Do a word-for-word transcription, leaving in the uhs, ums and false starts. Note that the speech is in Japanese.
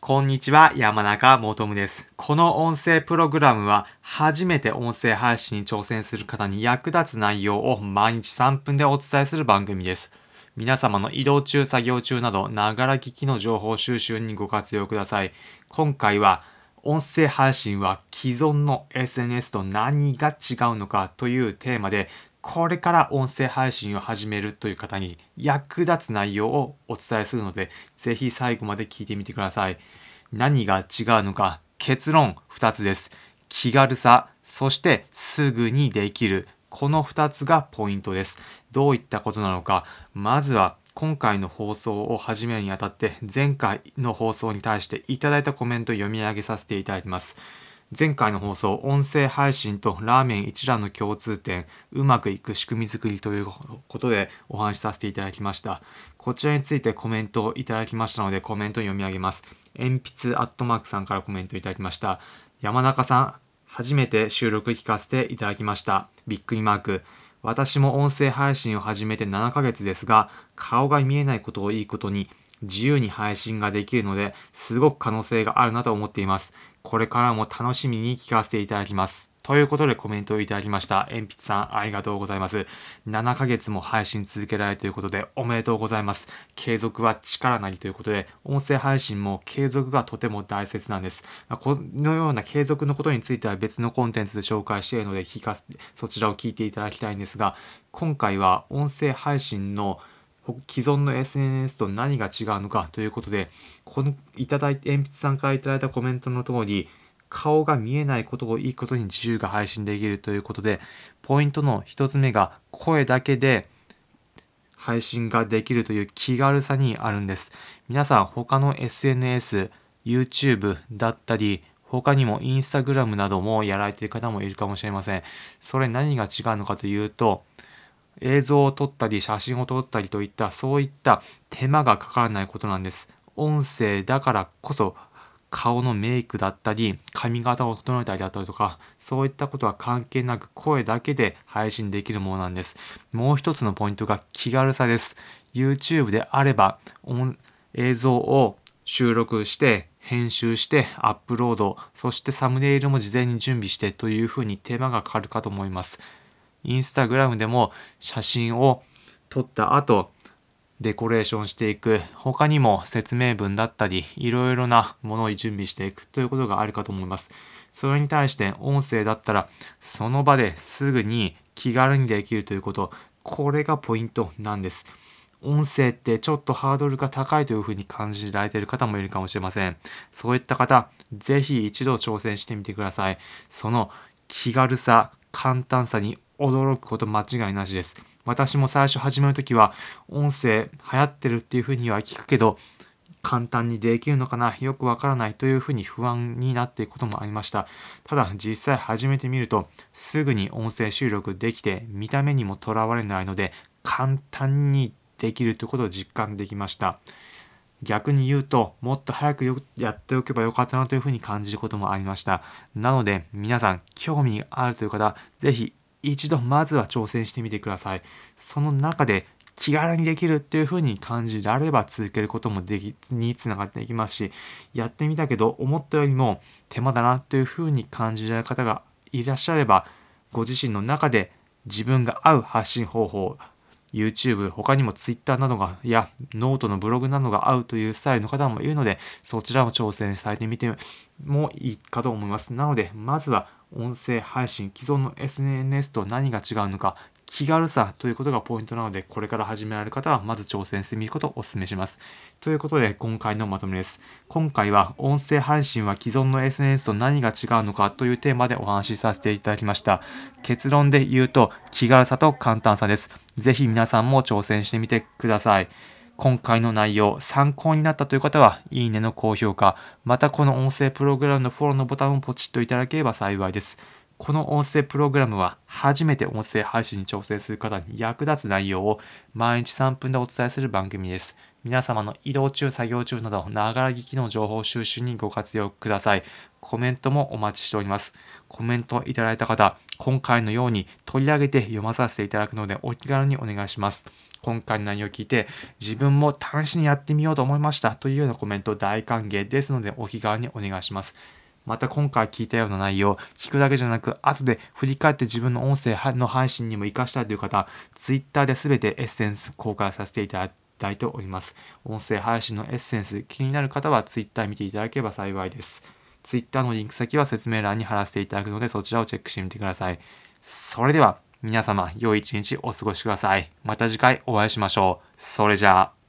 こんにちは、山中もとむです。この音声プログラムは、初めて音声配信に挑戦する方に役立つ内容を毎日さんぷんでお伝えする番組です。皆様の移動中、作業中など、ながら聞きの情報収集にご活用ください。今回は、音声配信は既存の エスエヌエス と何が違うのかというテーマで、これから音声配信を始めるという方に役立つ内容をお伝えするので、ぜひ最後まで聞いてみてください。何が違うのか、結論ふたつです。気軽さ、そしてすぐにできる。このふたつがポイントです。どういったことなのか、まずは今回の放送を始めるにあたって、前回の放送に対していただいたコメントを読み上げさせていただきます。前回の放送、音声配信とラーメン一覧の共通点、うまくいく仕組み作りということでお話しさせていただきました。こちらについてコメントをいただきましたので、コメントを読み上げます。鉛筆アットマークさんからコメントいただきました。山中さん、初めて収録聞かせていただきました。びっくりマーク。私も音声配信を始めてななかげつですが、顔が見えないことをいいことに、自由に配信ができるので、すごく可能性があるなと思っています。これからも楽しみに聞かせていただきます。ということでコメントをいただきました。鉛筆さん、ありがとうございます。ななかげつも配信続けられるということでおめでとうございます。継続は力なりということで、音声配信も継続がとても大切なんです。このような継続のことについては別のコンテンツで紹介しているので、聞かせそちらを聞いていただきたいんですが、今回は音声配信の既存の エスエヌエス と何が違うのかということで、このいただいて鉛筆さんからいただいたコメントの通り、顔が見えないことをいいことに自由が配信できるということで、ポイントの一つ目が声だけで配信ができるという気軽さにあるんです。皆さん他の エスエヌエス、YouTube だったり、他にも Instagram などもやられている方もいるかもしれません。それ何が違うのかというと、映像を撮ったり写真を撮ったりといったそういった手間がかからないことなんです。音声だからこそ顔のメイクだったり髪型を整えたりだったりとかそういったことは関係なく声だけで配信できるものなんです。もう一つのポイントが気軽さです。 YouTube であれば音映像を収録して編集してアップロード、そしてサムネイルも事前に準備してというふうに手間がかかるかと思います。インスタグラムでも写真を撮った後、デコレーションしていく。他にも説明文だったり、いろいろなものを準備していくということがあるかと思います。それに対して音声だったら、その場ですぐに気軽にできるということ。これがポイントなんです。音声ってちょっとハードルが高いというふうに感じられている方もいるかもしれません。そういった方、ぜひ一度挑戦してみてください。その気軽さ、簡単さに驚くこと間違いなしです。私も最初始めるときは音声流行ってるっていうふうには聞くけど簡単にできるのかな、よくわからないというふうに不安になっていくこともありました。ただ実際始めてみるとすぐに音声収録できて見た目にもとらわれないので簡単にできるということを実感できました。逆に言うともっと早くやっておけばよかったなというふうに感じることもありました。なので皆さん興味があるという方、ぜひ一度まずは挑戦してみてください。その中で気軽にできるっていうふうに感じられれば続けることもできにつながっていきますし、やってみたけど思ったよりも手間だなというふうに感じられる方がいらっしゃれば、ご自身の中で自分が合う発信方法、YouTube、他にも Twitter などが、やノートのブログなどが合うというスタイルの方もいるので、そちらも挑戦されてみてもいいかと思います。なので、まずは音声配信、既存の エスエヌエス と何が違うのか、気軽さということがポイントなので、これから始められる方はまず挑戦してみることをお勧めします。ということで、今回のまとめです。今回は音声配信は既存の エスエヌエス と何が違うのかというテーマでお話しさせていただきました。結論で言うと、気軽さと簡単さです。ぜひ皆さんも挑戦してみてください。今回の内容、参考になったという方は、いいねの高評価、またこの音声プログラムのフォローのボタンをポチッといただければ幸いです。この音声プログラムは、初めて音声配信に挑戦する方に役立つ内容を毎日さんぷんでお伝えする番組です。皆様の移動中、作業中など、ながら聞きの情報収集にご活用ください。コメントもお待ちしております。コメントいただいた方、 今回のように取り上げて読まさせていただくのでお気軽にお願いします。今回の内容を聞いて自分も試しにやってみようと思いましたというようなコメント大歓迎ですのでお気軽にお願いします。また今回聞いたような内容、聞くだけじゃなく後で振り返って自分の音声の配信にも活かしたいという方、Twitter で全てエッセンス公開させていただいてたいと思います。音声配信のエッセンス気になる方は Twitter 見ていただければ幸いです。Twitter のリンク先は説明欄に貼らせていただくのでそちらをチェックしてみてください。それでは皆様良い一日お過ごしください。また次回お会いしましょう。それじゃあ。